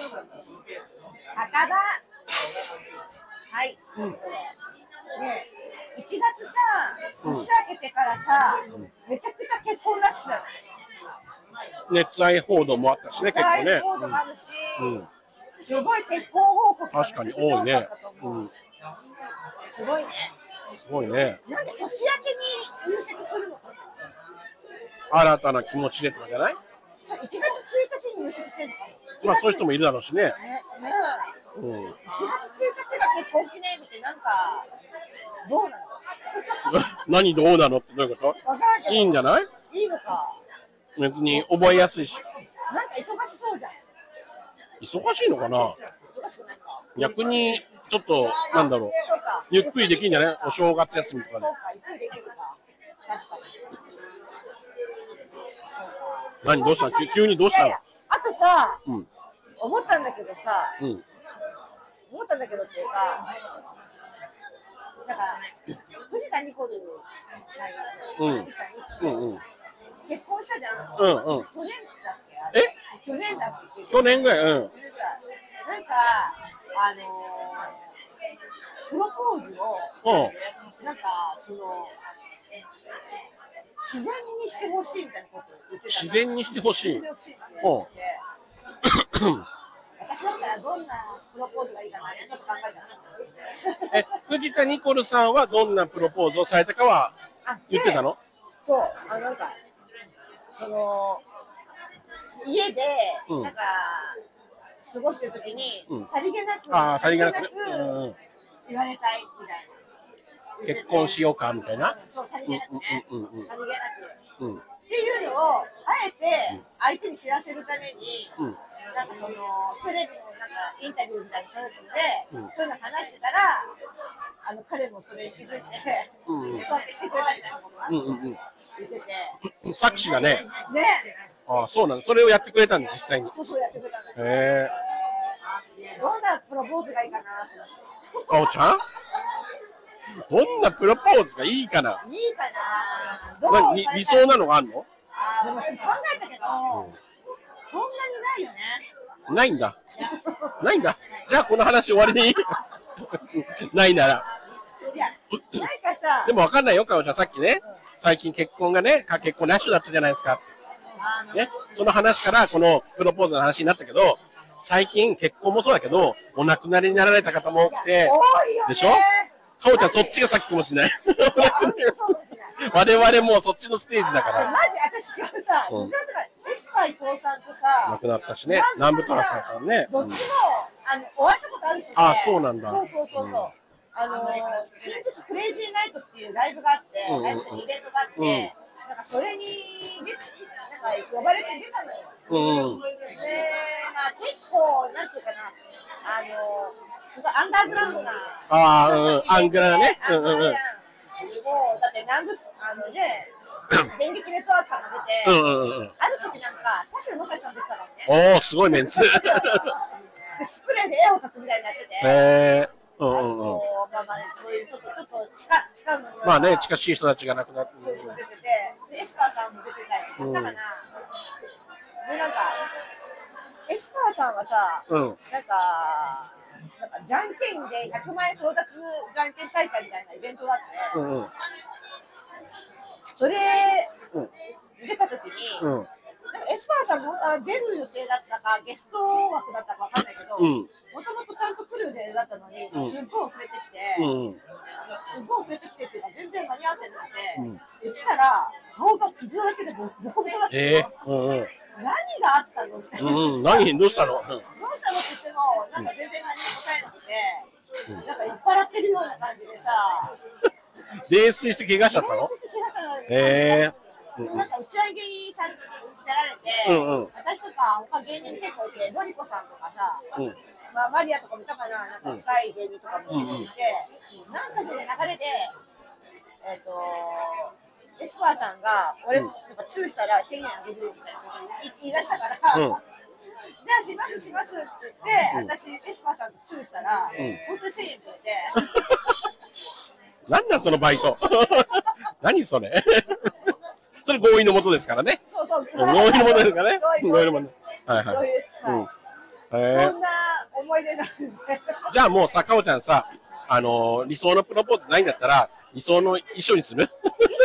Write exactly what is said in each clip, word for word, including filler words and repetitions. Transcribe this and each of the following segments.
酒場。はい。うん、ねえ、いちがつさ、年明けてからさ、うん、めちゃくちゃ結婚ラッシュだね。 熱愛報道もあったしね、結構ね。 熱愛報道もあるし、うん、すごい結婚報告が確かに多いね。うん、 すごいね。 すごいね。 なんで年明けに入籍するのか。 新たな気持ちでとかじゃない？ いちがつついたちに入籍してるのか。 まあそういう人もいるだろうしね。 ね、ね、うん、いちがつついたちが結婚記念日ってなんかどうなの？ 何どうなのってどういうこと？ わからんけど。 いいんじゃない？ いいのか。 別に覚えやすいし。 なんか忙しそうじゃん。 忙しいのかな？ 忙しくないか。 逆にちょっとなんだろう。ゆっくりできるんじゃない？お正月休みとかで。 そうか、ゆっくりできるか。確かに。 何どうしたの？急にどうしたの？ いやいや、あとさ、 うん、 思ったんだけどさ、 うん、 思ったんだけどっていうか、なんか藤田ニコルさん、うん、藤田ニコル、うんうん、結婚したじゃん。うんうん。去年だっけ？え？去年だっけ？ 去年ぐらい。うん。 なんかあのー、プロポーズを、うん、なんかその自然にしてほしいみたいなことを言ってた。 自然にしてほしい。うん。 私だったらどんなプロポーズがいいかなってちょっと考えた。 え、藤田ニコルさんはどんなプロポーズをされたかは言ってたの？ そう、あのなんかその家でなんか過ごしてる時に、うん、さりげなく、 あ、さりげなく言われたいみたいな。 結婚しようかみたいな。 そう、さりげなくね。さりげなく、うん。っていうのをあえて相手に知らせるために、うん、なんかそのテレビのなんかインタビューみたいなそういうので、うん、そういうの話してたら、あの彼もそれに気づいて、うんうん、そうやってしてくれたみたいなことが言ってて、 作詞がね。 ね。 ああ、そうなの。それをやってくれたんで実際に。 そうそうやってくれたんだ。 へえ。 どんなプロポーズがいいかなと思って。かおちゃん？どんなプロポーズがいいかな。 いいかな。 どう理, 理想なのがあるの？ でも考えたけど、うん、そんなにないよね。 ないんだ。ないんだ。じゃあこの話終わりでいい？ないなら。 いや、なんかさ。 でもわかんないよ、かおちゃん。さっきね、うん、最近結婚がね、結婚ラッシュだったじゃないですか。ね、その話からこのプロポーズの話になったけど、最近結婚もそうだけど、お亡くなりになられた方も多くて、でしょ？かおちゃんそっちが先かもしれない。我々もうそっちのステージだから。 マジ私はさ、うん、エスパー伊藤さんとさ、 亡くなったしね、南部虎さんね。 どっちも、あのお会いしたことある人で。 あ、そうなんだ。 そうそうそうそう。うん、あの新宿クレイジーナイトっていうライブがあって、うんうんうん、ライブのイベントがあって、うん、なんかそれにでなんか呼ばれて出たのよ。うん、で、まあ結構なんつうかな、あのすごいアンダーグラウンドな。 ああ、うん、アングラだね。うんうんうん。もうだって南部あのね。電撃ネットワークさんが出て、うんうんうん、ある時なんか田代正史さん出てたからね。 おー、すごいメンツ。 スプレーで絵を描くみたいになってて。 へー、うんうんうん。 まあまあそういうちょっとちょっと近近くのまあね近しい人たちが亡くなって。 そうそう出てて、でエスパーさんも出てたりとかしたかな。うん、でなんかエスパーさんはさ、うん、なんか。なんかじゃんけんでひゃくまんえん争奪じゃんけん大会みたいなイベントがあって、うんうん、それ、うん、出た時に、うん、なんかエスパーさんも出る予定だったかゲスト枠だったかわかんないけど、もともとちゃんと来る予定だったのに、うん、すっごい遅れてきて、うん、すっごい遅れてきてっていうか全然間に合ってなくて、うん、来たら顔が傷だらけでボコボコだった。 えーうんうん、 何があったのって、 うん、何どうしたの、うん、 どうしたのって言ってもなんか全然何も答えなくて、うん、なんか酔っ払ってるような感じでさ泥酔して怪我しちゃったの？ 泥酔して怪我したのに、 えー、なんか打ち上げさん出られて、うんうん、私とか他芸人結構いて、のりこさんとかさ、うん、まあ、マリアとかもいたかな、なんか近い芸人とかも出ていて、うん、なんかその流れで、えっとエスパーさんが俺、うん、なんかチューしたらせんえんあげるみたいなこと言い出したから、うん、じゃあしますしますって言って、うん、私エスパーさんとチューしたら、うん、本当にせんえんって言ってなんだそのバイト何それそれ合意のもとですからね。 そうそう合意のもとですからね。合意のもと。はいはい。 うん、 そんな思い出なんで。 じゃあもうさ、かおちゃんさ、あのー、理想のプロポーズないんだったら、理想の衣装にする？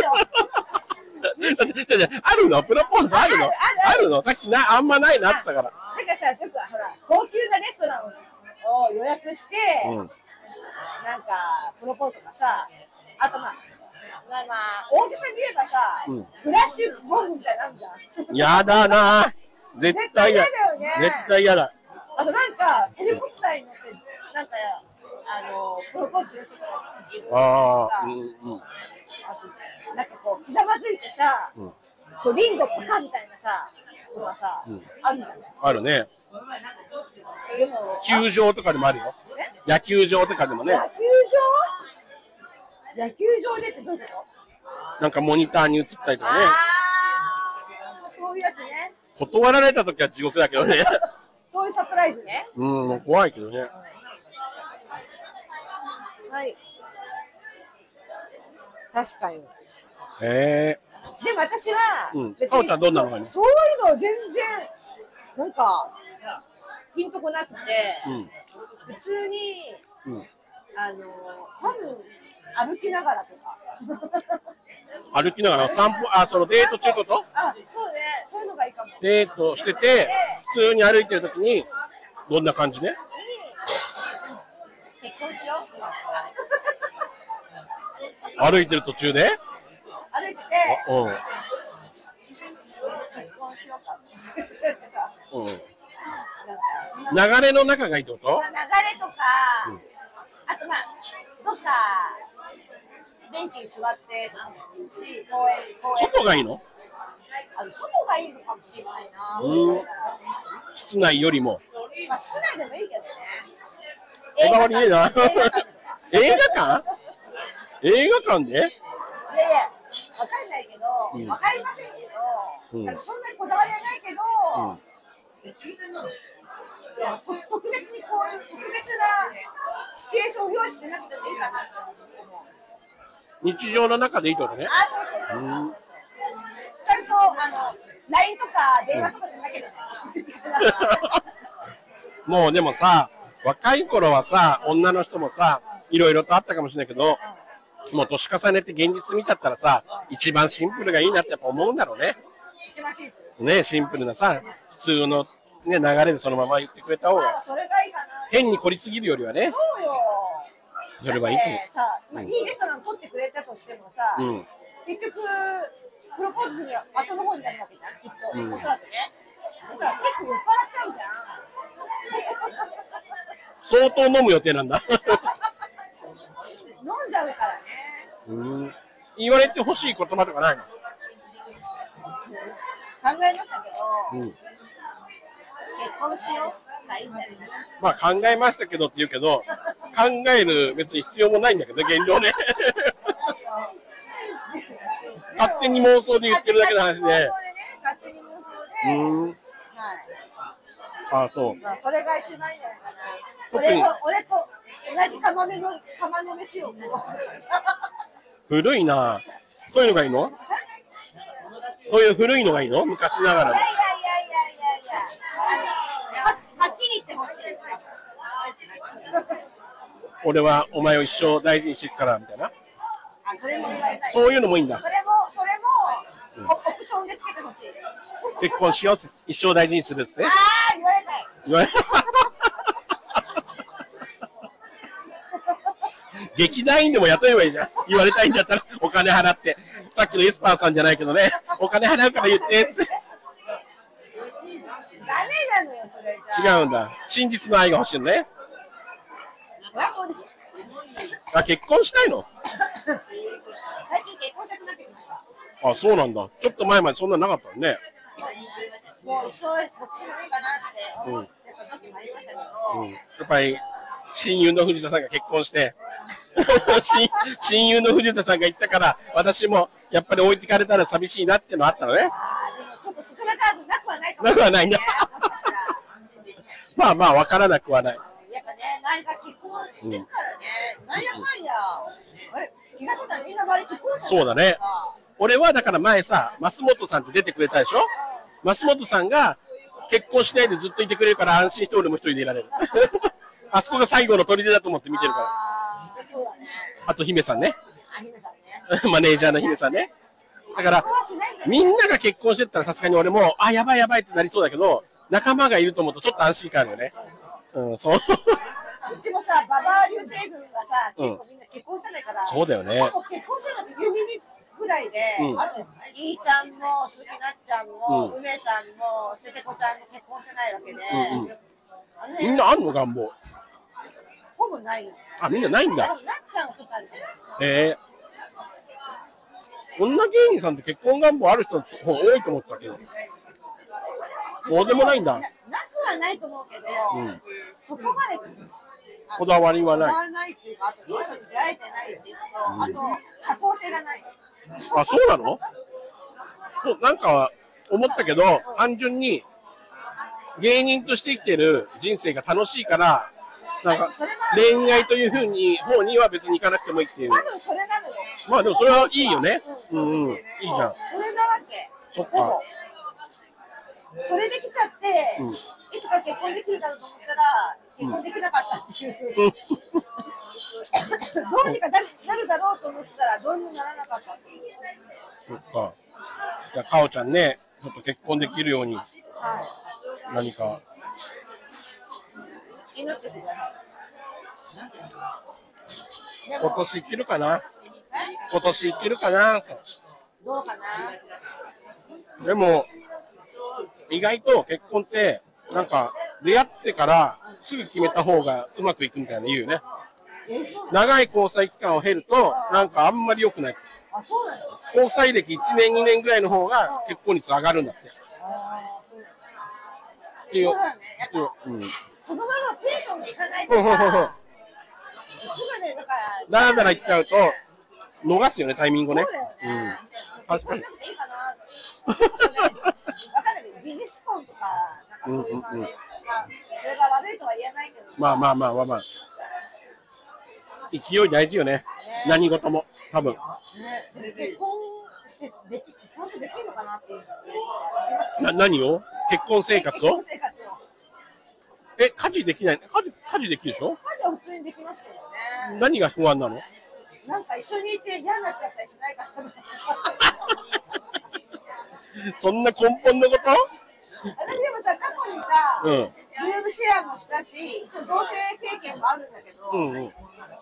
衣装あるの？プロポーズあるの？あるの？さっきな、あんまないなって言ったから。 なんかさ、よくほら、高級なレストランを予約して、うん、なんか、プロポーズとかさ、あとまあ、まあまあ、大げさに言えばさ、うん、フラッシュボムみたいなのあるじゃん。 やだなぁ。絶対嫌だよね。絶対嫌だ。 あとなんか、ヘリコプターに乗って、なんか、あの、プロポーズする人とかいるああ、うんうん。あと、なんかこう、ひざまずいてさ、うん、こうリンゴパカみたいなさ、とかさ、うん、あるじゃん。 あるね。でも、球場とかでもあるよ。野球場とかでもね。 野球場？野球場でってどういうこと？ なんかモニターに映ったりとかね。 ああ、そういうやつね。 断られたときは地獄だけどね。 そういうサプライズね。 うん、もう怖いけどね。 はい。確かに。へえ。 でも私は、 うん。かおちゃんどんなのがね。 そういうの全然なんかピンとこなくて、うん、普通に、うん、あの多分歩きながらとか。 歩きながら散歩、あ、そのデート中こと？ あ、そうね、そういうのがいいかも。 デートしてて、普通に歩いてるときにどんな感じで？ 結婚しよう。歩いてる途中で？ 歩いてて、うん、結婚しようか。 うん、流れの中がいいってこと？ まあ、流れとか、うん、あとまあどっかベンチに座ってとかもいいし、公園公園。 外がいいの？ あの外がいいのかもしれないな。うん、 室内よりも。 まあ室内でもいいけどね。 こだわりねえな。映画館？映画館で？いやいや、 わかんないけど、うん、わかりませんけど、うん、そんなにこだわりはないけど、うん、いや特別にこういう特別なシチュエーションを用意してなくてもいいかなと思う。 日常の中でいいってことね。 あ、そうそうそうそう。うん、ちゃんとあの ライン とか電話とかでなければ。 うん、もうでもさ、若い頃はさ、女の人もさ、いろいろとあったかもしれないけど、もう年重ねて現実見ちゃったらさ、一番シンプルがいいなってやっぱ思うんだろうね。 一番シンプル。 ね、シンプルなさ、普通の、ね、流れでそのまま言ってくれた方が、 それがいいかな。 変に凝りすぎるよりはね。 そうよ。 それはいいと思う。 さ、まあ、いいレストラン取ってくれたとしてもさ、うん、結局プロポーズには後の方になるわけじゃん、きっと、うん、おそらくね。だから結構酔っ払っちゃうじゃん。相当飲む予定なんだ。 飲んじゃうからね。 うん。言われてほしい言葉とかないの？考えましたけど、うん、結婚しようがいいんだよね。 まあ考えましたけどって言うけど、考える別に必要もないんだけど、現状ね。勝手に妄想で言ってるだけの話で。 勝手に妄想で。うん。はい。 ああ、そう。 まあそれが一番いいんじゃないかな。俺と俺と同じ釜めの釜の飯を。 古いな。そういうのがいいの？そういう古いのがいいの？昔ながらの。いやいやいやいやいや。は, はっきり言ってほしい。俺はお前を一生大事にしていくからみたいな。 あ、それも言われたい。 そういうのもいいんだ。 それもそれも、うん、オプションでつけてほしい。 結婚しよう、一生大事にするっつって。 ああ、言われたい。言われたい。 劇団員でも雇えばいいじゃん。言われたいんだったらお金払って。さっきのエスパーさんじゃないけどね。お金払うから言って。ダメなのよ、それじゃ。違うんだ。真実の愛が欲しいのね。 そうです。 あ、結婚したいの？ 最近結婚したくなってきました。 あ、そうなんだ。ちょっと前までそんななかったのね。 もう一生独身がいいかなって思ってた時もありましたけど、うんうん、 やっぱり親友の藤田さんが結婚して親友の藤田さんが言ったから私もやっぱり置いてかれたら寂しいなっていうのあったのね。 あでもちょっと少なからずなくはないかもしれない。なくはないんだ。まあまあ分からなくはない。 やっぱね、周りが結婚してるからね、うん、なんやかんや、あれ気がついたらみんな周り結婚してる。 そうだね。俺はだから前さ、増本さんって出てくれたでしょ。増本さんが結婚しないでずっといてくれるから安心して俺も一人でいられる。あそこが最後の砦だと思って見てるから。 あー、そうだね。 あと姫さんね。 あ、姫さんね。 マネージャーの姫さんね。だから、みんなが結婚してったらさすがに俺も、あ、やばいやばいってなりそうだけど、仲間がいると思うとちょっと安心感あるよね。うん、そう。 うちもさ、馬場流星群がさ、結構みんな結婚してないから、 そうだよね。 結婚してるのって指にぐらいで、うん、あと、いいちゃんも、鈴木なっちゃんも、うん、梅さんも、せてこちゃんも結婚してないわけで、うんうん、あのみんなあんの願望？ ほぼないよ。 あ、みんなないんだ。 なっちゃんはちょっとあるじゃん。 えー。女芸人さんって結婚願望ある人の方が多いと思ってたけど。そうでもないんだ。な, なくはないと思うけど、うん、そこまでこだわりはない。 こだわりないっていうか、あといい人に出会えてないっていうのと、うん、あと社交性がない。 あ、そうなの？そうなんか思ったけど、うん、単純に芸人として生きてる人生が楽しいから。なんか恋愛というふうに方には別に行かなくてもいいっていう。 多分それなのよ。 まあでもそれはいいよね。うんうん、いいじゃん。それなわけ。 そっか。 それできちゃって、うん、いつか結婚できるだろうと思ったら結婚できなかったっていう。うん、どうにかなるだろうと思ったらどうにもならなかったっていう。 そっか。じゃあかおちゃんね、ちょっと結婚できるように、はい、何か。 祈ってください。 今年いけるかな？今年いけるかな？ どうかな？ でも意外と結婚ってなんか出会ってからすぐ決めた方がうまくいくみたいな言うよね。長い交際期間を経るとなんかあんまり良くない。 あ、そうなの？ 交際歴いちねんにねんぐらいの方が結婚率上がるんだって。 あ、そうっていう。 そうだね。やっぱ、うん、そのままテンションでいかないとさ、いつまでだから。 だらだらいっちゃうと逃すよね、タイミングをね。 そうだよね。うん、結婚しなくていいかな。わかんないけど、事実婚とかなんかそういう感じ、うんうんうん、まあそれが悪いとは言えないけど。 まあまあまあまあまあ。勢い大事よね。ね、何事も多分。ね、 結婚してできちゃんとできるのかなっていう。 な何を？結婚生活を？ 結婚生活を。 え、家事できない？家事家事できるでしょ？ 家事は普通にできますけどね。 何が不安なの？ なんか一緒にいて嫌になっちゃったりしないかな。 そんな根本のこと？ 私でもさ、過去にさ、うん、ルームシェアもしたし、一応同棲経験もあるんだけど、うんうん、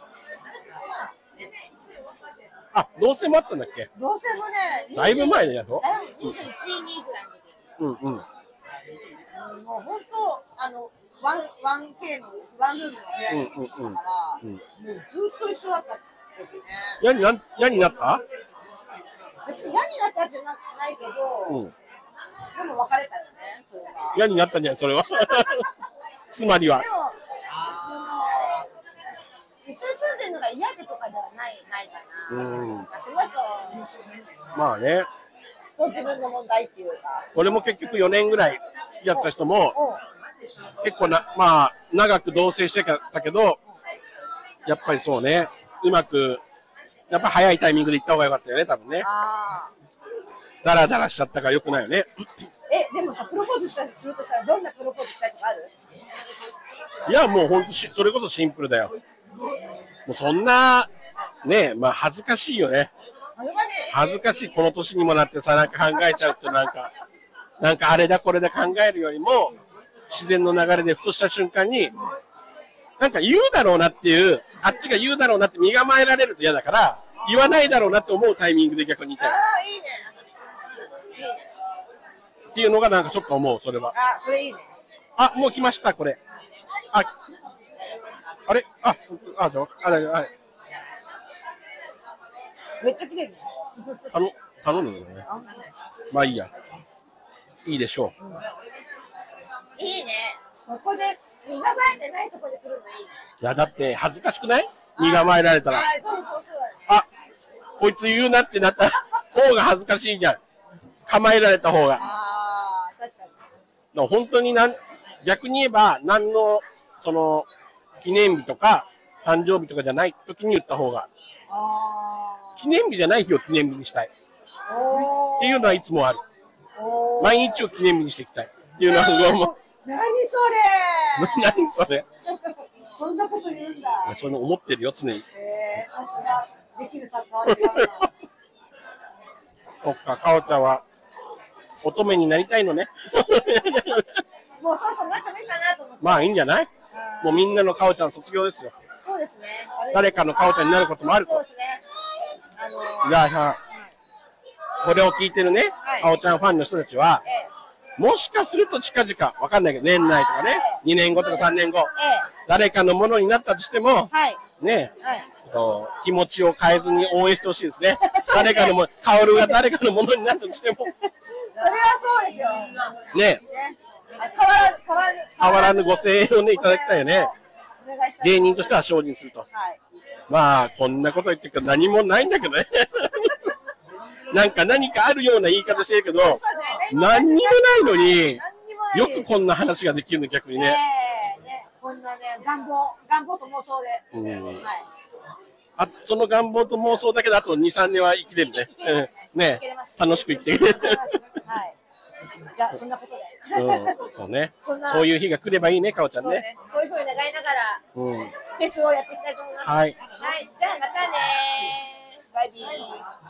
あ、同棲もあったんだっけ？ 同棲もね、 だいぶ前でやろ？ にじゅういち、にぐらいの時。 うんうん。 もう本当、あの、ワン、ワンケー の、ワンルームの部屋に住んでたから、うんうんうん、もうずっと一緒だったってね。 嫌にな、嫌になった？ 別に嫌になったんじゃないけど、うん、でも別れたよね、それが。 嫌になったんじゃない、それは。つまりは。でも、 一緒に住んでるのが嫌でとかではない、ないかな。うん。その人、 まあね。 自分の問題っていうか。 俺も結局よねんぐらい付き合ってた人も、結構な、まあ、長く同棲してたけど、やっぱりそうね、うまく、やっぱ早いタイミングで行った方がよかったよね、多分ね。ああ。ダラダラしちゃったからよくないよね。 え、でもさ、プロポーズしたりするとさ、どんなプロポーズしたいとかある？ いや、もう本当し、それこそシンプルだよ。もうそんな、ね、まあ恥ずかしいよね。恥ずかしい、この年にもなってさ、なんか考えちゃうってなんか、なんかあれだこれだ考えるよりも、自然の流れでふとした瞬間に、なんか言うだろうなっていう、あっちが言うだろうなって身構えられると嫌だから、言わないだろうなって思うタイミングで逆に言いたい。 ああ、いいね。いいね。 っていうのがなんかちょっと思う、それは。 あ、それいいね。 あ、もう来ました、これ。あ、あれあ、あ、じゃあ、あ、はい。 めっちゃ綺麗ね。 頼、頼むよね。まあいいや。いいでしょう。うん、 いいね。ここで身構えてないところで来るのいいね。 いやだって恥ずかしくない？身構えられたら。あ、 そうそうそう。 あ、こいつ言うなってなった方が恥ずかしいじゃん。構えられた方が。ああ、確かに。 だから本当になん逆に言えば何のその記念日とか誕生日とかじゃない時に言った方が。あ、記念日じゃない日を記念日にしたいっていうのはいつもある。毎日を記念日にしていきたい。 っていうのはもう。 何それ何それそんなこと言うんだ。 そういうの思ってるよ、常に。 えー、さすが、できるサッカーは違うな。 そっか、かおちゃんは乙女になりたいのね。 もうそろそろなってもいいかなと思って。 まあいいんじゃない？もうみんなのかおちゃん卒業ですよ。 そうですね。 誰かのかおちゃんになることもあると。 そうですね。あのー、 じゃあさ、これを聞いてるね、はい、かおちゃんファンの人たちは、ええ、もしかすると近々、わかんないけど、年内とかね、ええ、にねんごとかさんねんご、ええ、誰かのものになったとしても、はい、ね、はい、と気持ちを変えずに応援してほしいですね。誰かのも、カオルが誰かのものになったとしても。それはそうですよ。 ね。 変わら、変わる。 変わらぬご声援をね、いただきたいよね。芸人としては精進すると。はい、まあ、こんなこと言ってるけど何もないんだけどね。なんか何かあるような言い方してるけど、ね、何にもないのに、よくこんな話ができるの、逆にね。 えー、ね、こんなね、願望、願望と妄想で。うん、はい、 あ、その願望と妄想だけど、あとに、さんねんは生きれるね。うん、ね、楽しく生きてくれる。 はい。じゃあ、そんなことで。 うん、そうね。そういう日が来ればいいね、かおちゃんね。そうね。そういうふうに願いながら、うん、フェスをやっていきたいと思います。 はい。 はい。じゃあ、またね。バイビー。